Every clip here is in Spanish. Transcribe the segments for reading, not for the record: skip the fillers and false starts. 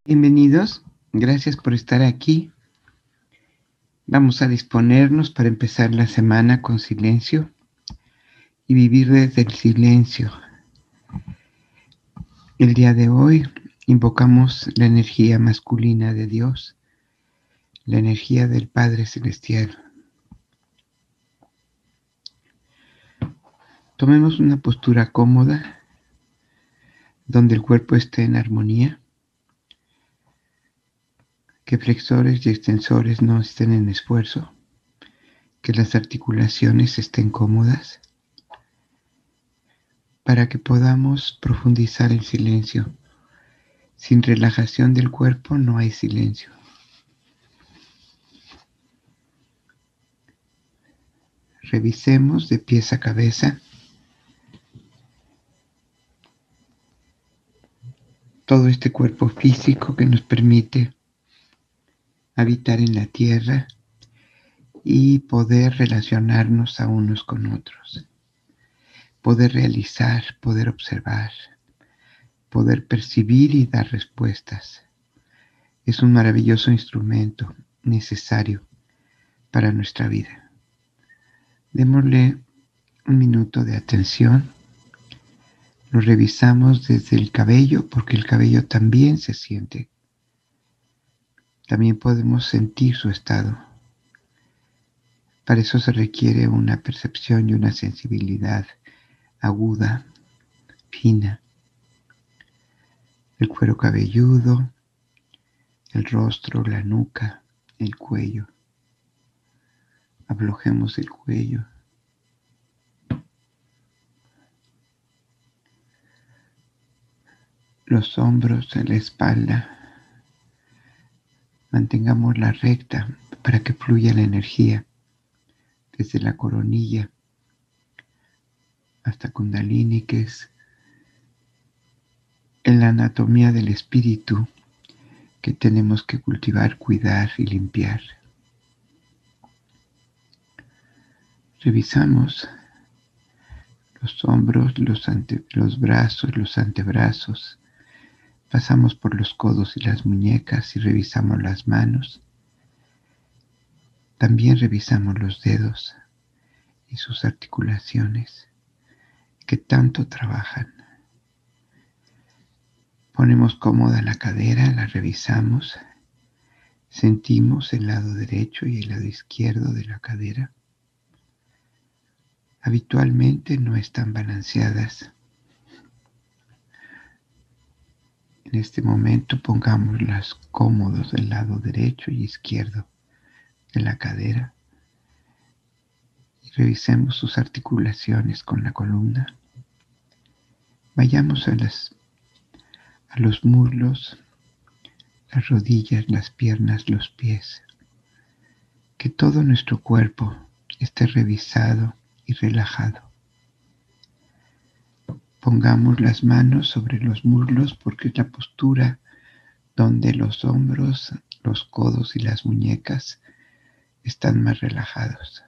Bienvenidos, gracias por estar aquí. Vamos a disponernos para empezar la semana con silencio y vivir desde el silencio. El día de hoy invocamos la energía masculina de Dios, la energía del Padre Celestial. Tomemos una postura cómoda, donde el cuerpo esté en armonía, que flexores y extensores no estén en esfuerzo, que las articulaciones estén cómodas, para que podamos profundizar el silencio. Sin relajación del cuerpo no hay silencio. Revisemos de pies a cabeza todo este cuerpo físico que nos permite habitar en la tierra y poder relacionarnos a unos con otros, poder realizar, poder observar, poder percibir y dar respuestas. Es un maravilloso instrumento necesario para nuestra vida. Démosle un minuto de atención. Lo revisamos desde el cabello, porque el cabello también se siente. También podemos sentir su estado. Para eso se requiere una percepción y una sensibilidad aguda, fina. El cuero cabelludo, el rostro, la nuca, el cuello. Aflojemos el cuello. Los hombros, la espalda. Mantengámosla recta para que fluya la energía desde la coronilla hasta Kundalini, que es en la anatomía del espíritu que tenemos que cultivar, cuidar y limpiar. Revisamos los hombros, los brazos, los antebrazos. Pasamos por los codos y las muñecas y revisamos las manos. También revisamos los dedos y sus articulaciones que tanto trabajan. Ponemos cómoda la cadera, la revisamos. Sentimos el lado derecho y el lado izquierdo de la cadera. Habitualmente no están balanceadas. En este momento pongámoslas cómodos del lado derecho y izquierdo de la cadera y revisemos sus articulaciones con la columna. Vayamos a los muslos, las rodillas, las piernas, los pies. Que todo nuestro cuerpo esté revisado y relajado. Pongamos las manos sobre los muslos porque es la postura donde los hombros, los codos y las muñecas están más relajados.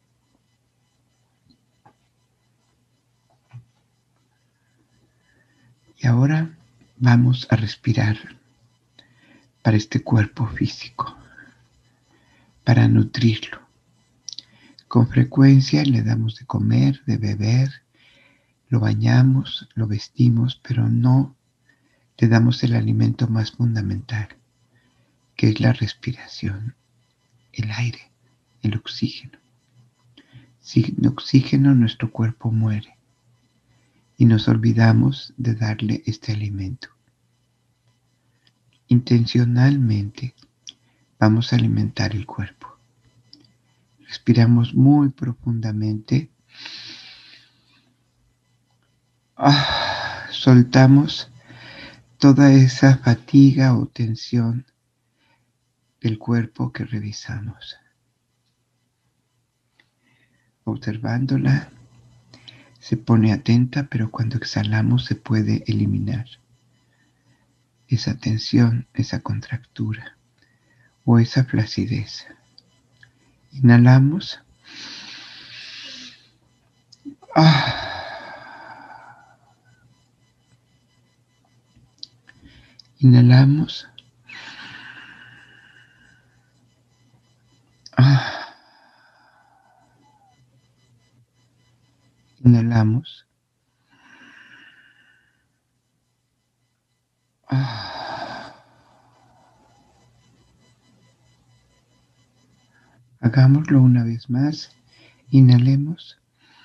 Y ahora vamos a respirar para este cuerpo físico, para nutrirlo. Con frecuencia le damos de comer, de beber, lo bañamos, lo vestimos, pero no le damos el alimento más fundamental, que es la respiración, el aire, el oxígeno. Sin oxígeno nuestro cuerpo muere y nos olvidamos de darle este alimento. Intencionalmente vamos a alimentar el cuerpo. Respiramos muy profundamente. Soltamos toda esa fatiga o tensión del cuerpo que revisamos. Observándola, se pone atenta, pero cuando exhalamos se puede eliminar esa tensión, esa contractura o esa flacidez. Inhalamos. Inhalamos Inhalamos. Hagámoslo una vez más. Inhalemos.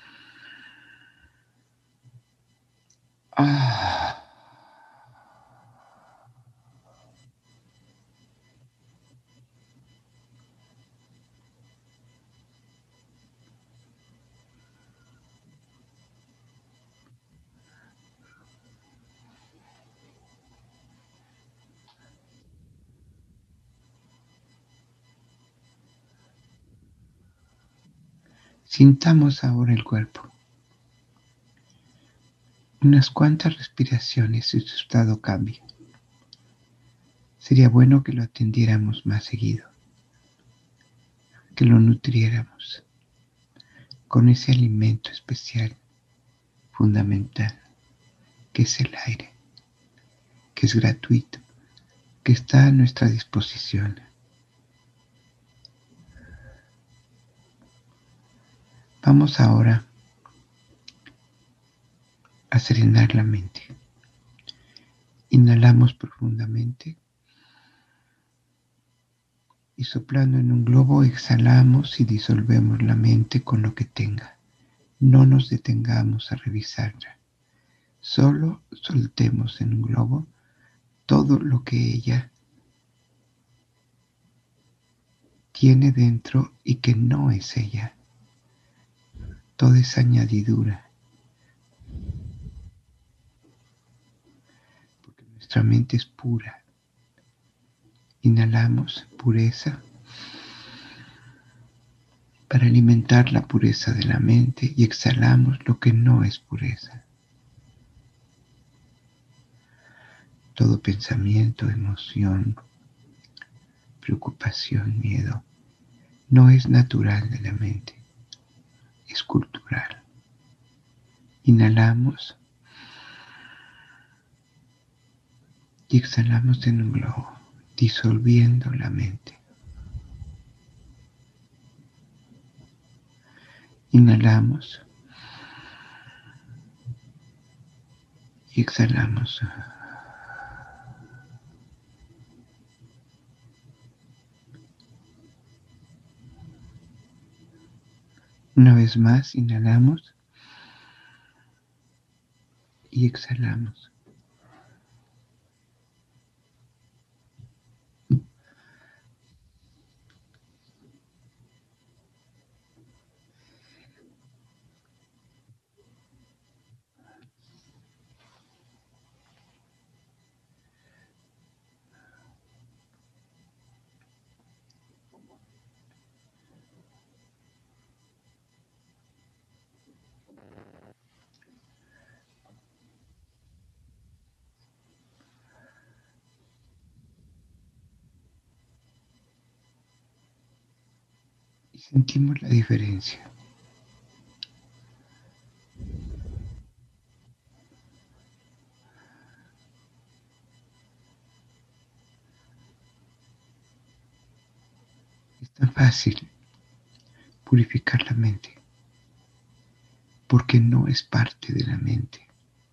Sintamos ahora el cuerpo. Unas cuantas respiraciones y su estado cambia. Sería bueno que lo atendiéramos más seguido, que lo nutriéramos con ese alimento especial, fundamental, que es el aire, que es gratuito, que está a nuestra disposición. Vamos ahora a serenar la mente. Inhalamos profundamente y soplando en un globo exhalamos y disolvemos la mente con lo que tenga. No nos detengamos a revisarla. Solo soltemos en un globo todo lo que ella tiene dentro y que no es ella. Toda esa añadidura. Porque nuestra mente es pura. Inhalamos pureza para alimentar la pureza de la mente y exhalamos lo que no es pureza. Todo pensamiento, emoción, preocupación, miedo, no es natural de la mente, es cultural. Inhalamos y exhalamos en un globo, disolviendo la mente. Inhalamos y exhalamos. Una vez más, inhalamos y exhalamos. Y sentimos la diferencia. Es tan fácil purificar la mente, porque no es parte de la mente,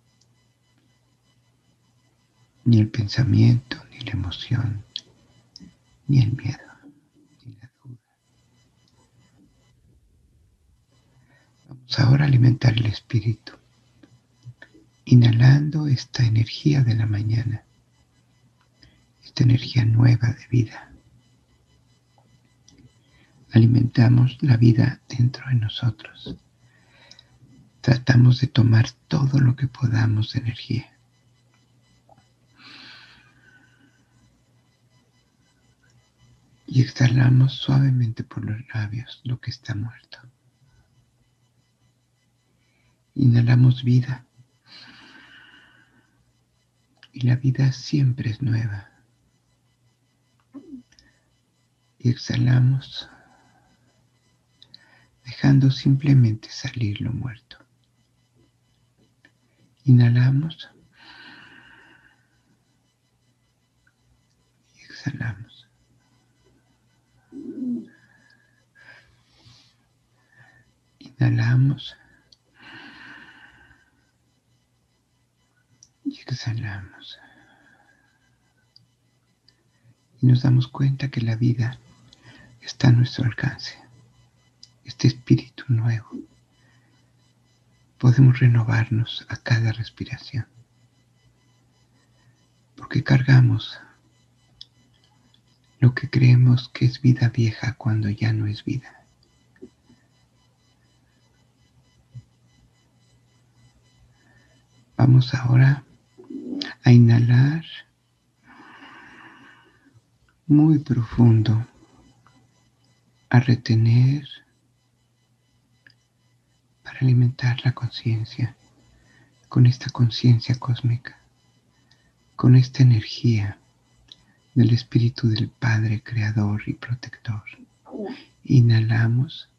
ni el pensamiento, ni la emoción, ni el miedo, ni la duda. Vamos ahora a alimentar el espíritu, inhalando esta energía de la mañana, esta energía nueva de vida. Alimentamos la vida dentro de nosotros. Tratamos de tomar todo lo que podamos de energía. Y exhalamos suavemente por los labios lo que está muerto. Inhalamos vida. Y la vida siempre es nueva. Y exhalamos, dejando simplemente salir lo muerto. Inhalamos y exhalamos. Inhalamos Y exhalamos. Y nos damos cuenta que la vida está a nuestro alcance. Este espíritu nuevo. Podemos renovarnos a cada respiración. Porque cargamos lo que creemos que es vida vieja cuando ya no es vida. Vamos ahora a inhalar muy profundo, a retener para alimentar la conciencia con esta conciencia cósmica, con esta energía del Espíritu del Padre Creador y Protector. Inhalamos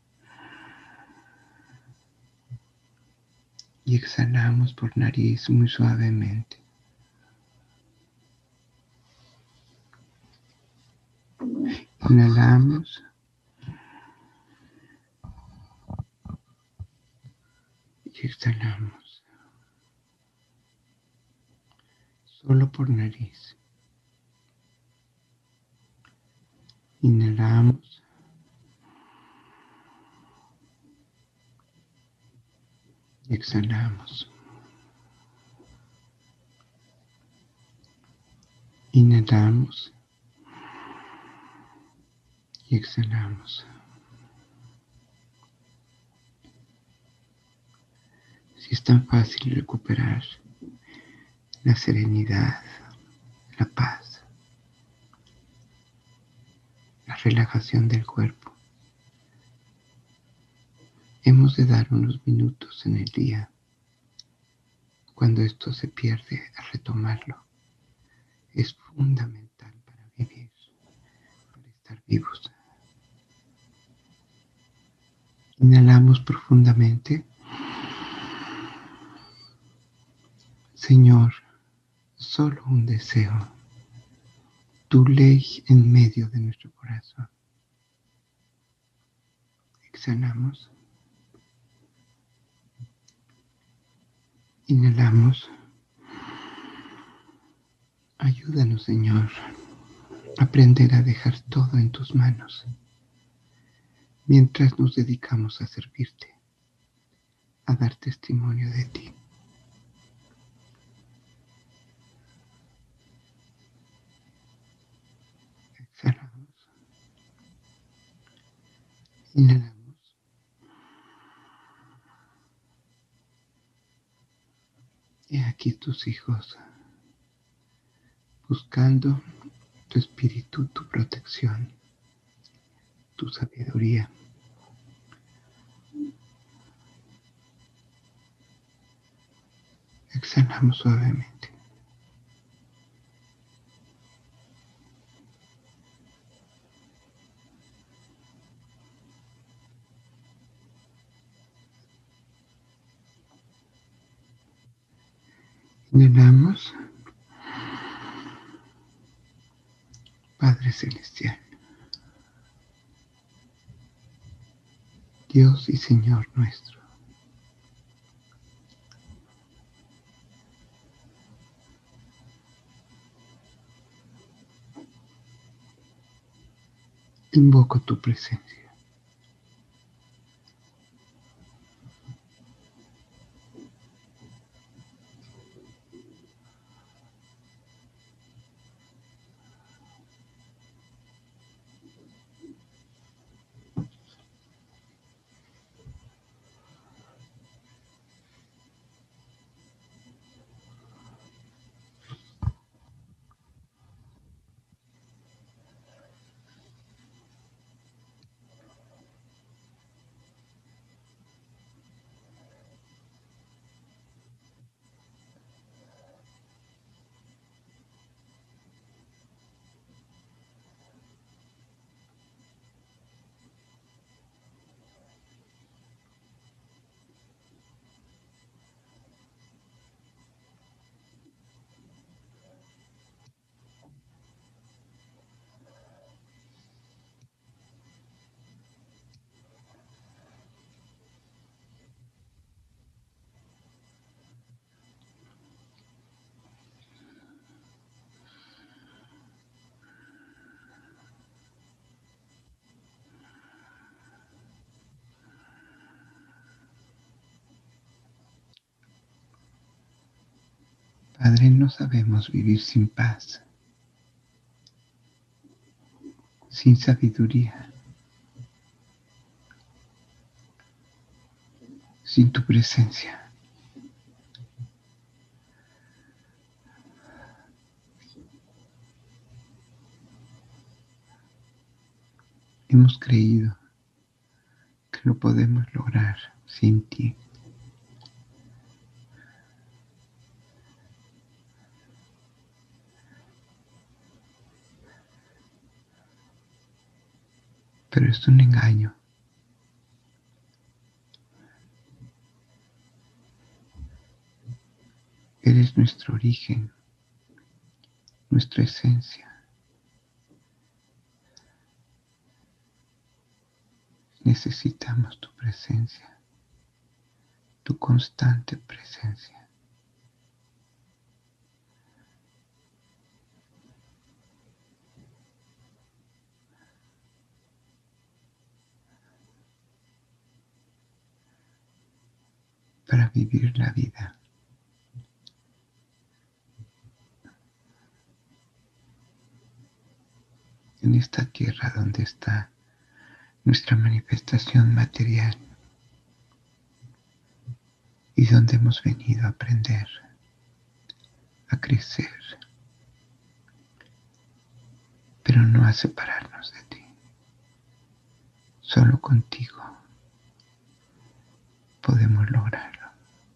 y exhalamos por nariz muy suavemente. Inhalamos y exhalamos solo por nariz. Inhalamos y exhalamos. Inhalamos y exhalamos. Si es tan fácil recuperar la serenidad, la paz, la relajación del cuerpo, hemos de dar unos minutos en el día. Cuando esto se pierde, a retomarlo. Es fundamental para vivir, para estar vivos. Inhalamos profundamente. Señor, solo un deseo, tu ley en medio de nuestro corazón. Exhalamos. Inhalamos. Ayúdanos, Señor, a aprender a dejar todo en tus manos, mientras nos dedicamos a servirte, a dar testimonio de ti. Exhalamos. Inhalamos. He aquí tus hijos, buscando tu espíritu, tu protección, tu sabiduría. Exhalamos suavemente. Inhalamos. Padre Celestial, Dios y Señor nuestro, invoco tu presencia. Padre, no sabemos vivir sin paz, sin sabiduría, sin tu presencia. Hemos creído que lo podemos lograr sin ti. Pero es un engaño. Eres nuestro origen, nuestra esencia. Necesitamos tu presencia, tu constante presencia. Para vivir la vida. En esta tierra donde está nuestra manifestación material y donde hemos venido a aprender, a crecer, pero no a separarnos de ti. Solo contigo podemos lograrlo.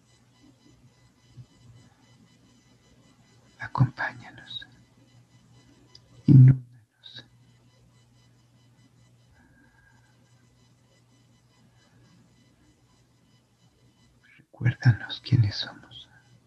Acompáñanos, inúndanos, recuérdanos quiénes somos.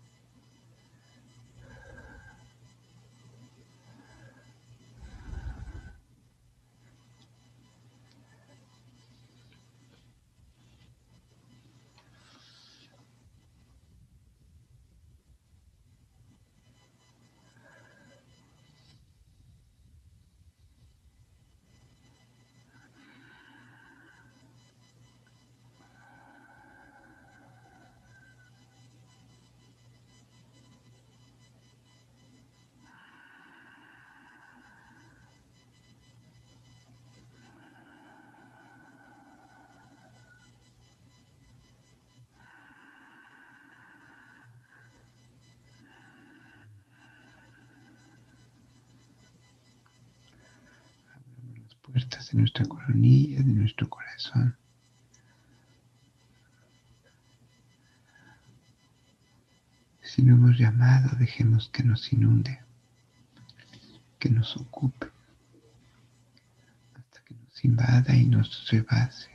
Las puertas de nuestra coronilla, de nuestro corazón. Si no hemos llamado, dejemos que nos inunde, que nos ocupe, hasta que nos invada y nos rebase.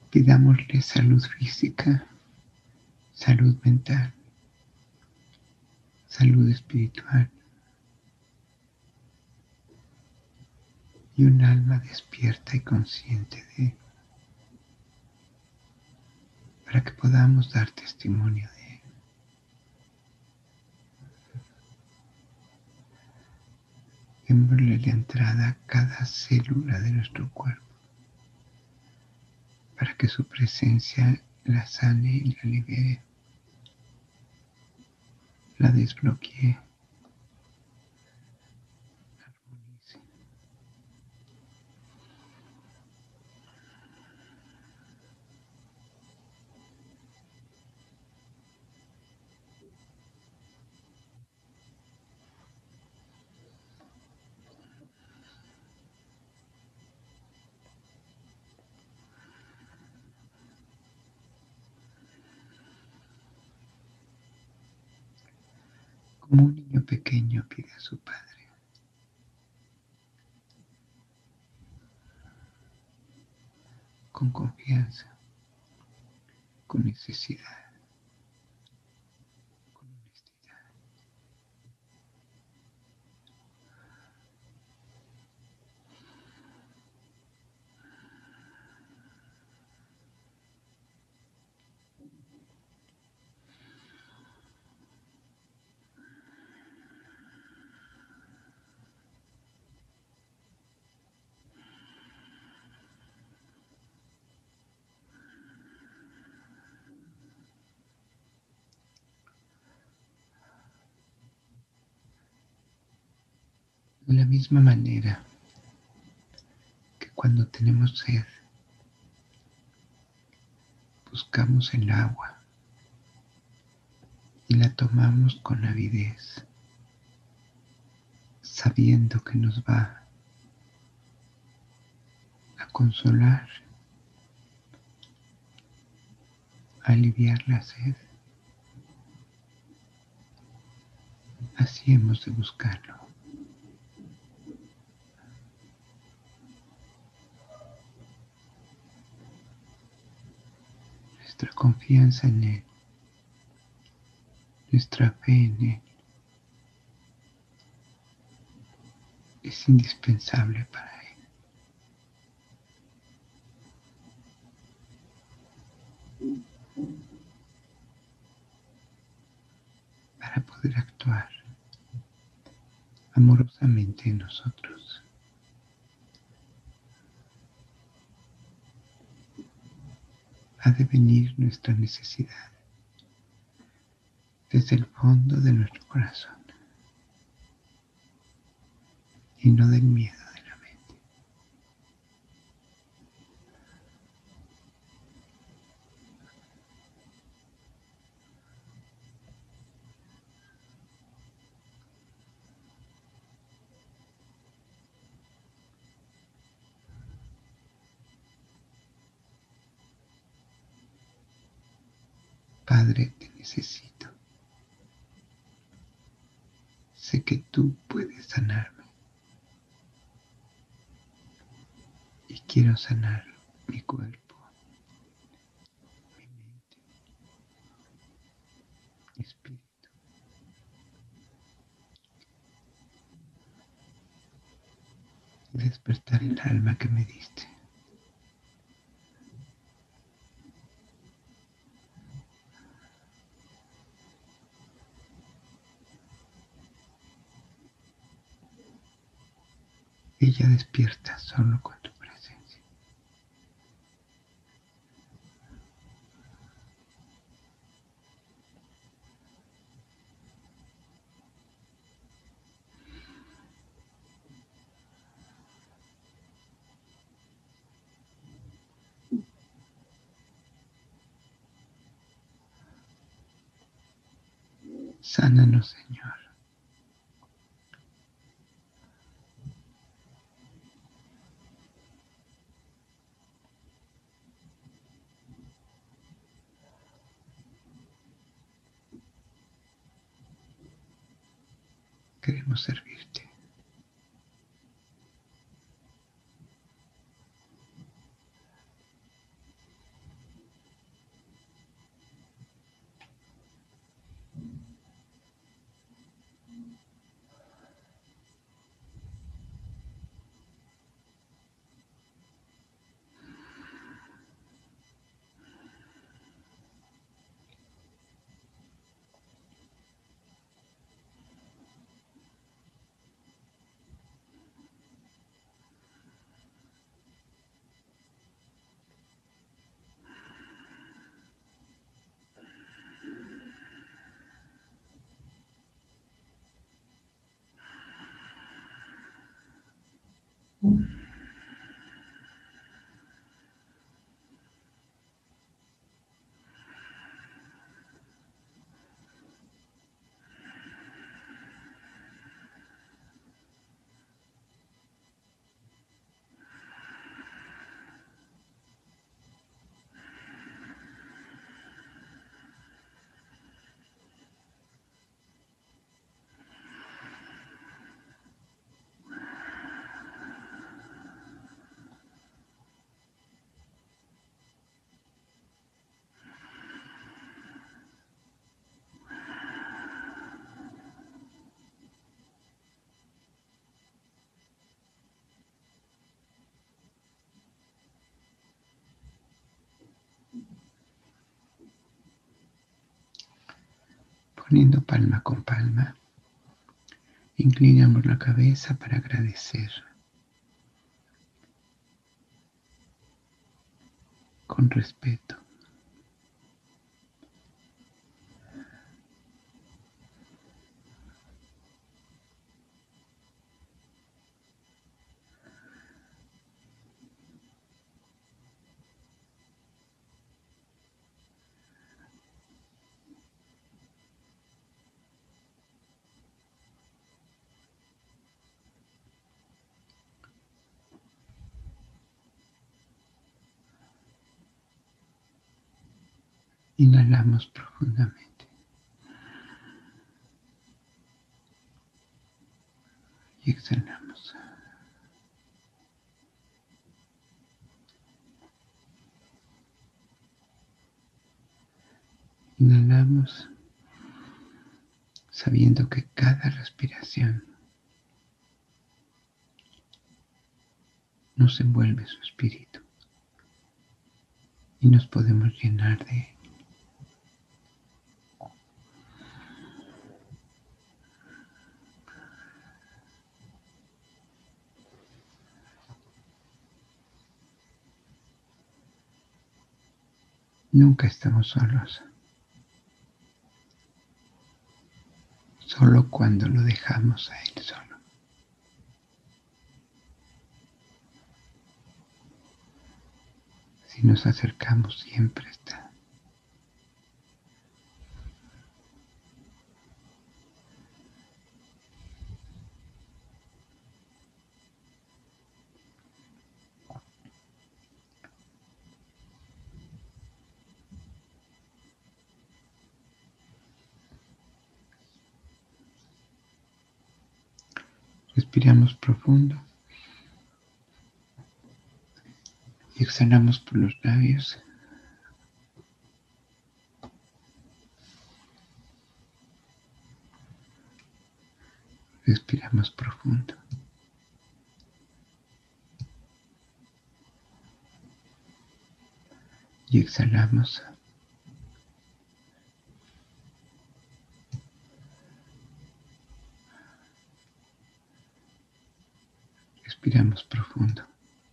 Pidámosle salud física, salud mental, salud espiritual y un alma despierta y consciente para que podamos dar testimonio de él. Démosle la entrada a cada célula de nuestro cuerpo para que su presencia la sane y la libere, la desbloquee, la armonice. Como un niño pequeño pide a su padre, con confianza, con necesidad, con honestidad. De la misma manera que cuando tenemos sed, buscamos el agua y la tomamos con avidez, sabiendo que nos va a consolar, a aliviar la sed. Así hemos de buscarlo. Nuestra confianza en él, nuestra fe en él es indispensable para él. Para poder actuar amorosamente en nosotros. Ha de venir nuestra necesidad desde el fondo de nuestro corazón y no del miedo de la mente. Padre, te necesito. Sé que tú puedes sanarme y quiero sanar mi cuerpo, mi mente, mi espíritu y despertar el alma que me diste. Ella despierta solo con tu presencia. Sánanos, Señor. Queremos servirte. Poniendo palma con palma, inclinamos la cabeza para agradecer con respeto. Inhalamos profundamente y exhalamos. Inhalamos sabiendo que cada respiración nos envuelve su espíritu y nos podemos llenar de él. Nunca estamos solos, solo cuando lo dejamos a él solo. Si nos acercamos, siempre está. Respiramos profundo y exhalamos por los labios. Respiramos profundo. Y exhalamos. Respiramos profundo.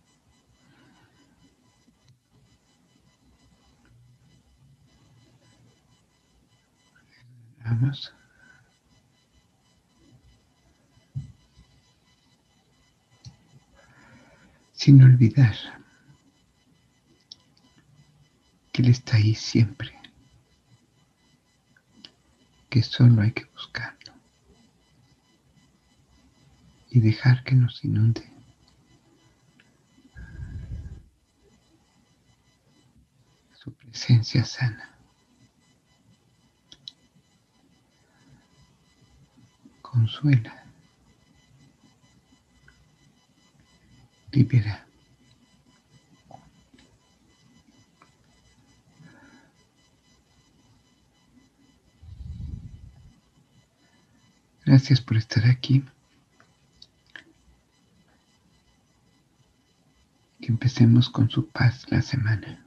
Vamos. Sin olvidar que Él está ahí siempre, que solo hay que buscarlo y dejar que nos inunde su presencia sana. Consuela, libera. Gracias por estar aquí. Que empecemos con su paz la semana.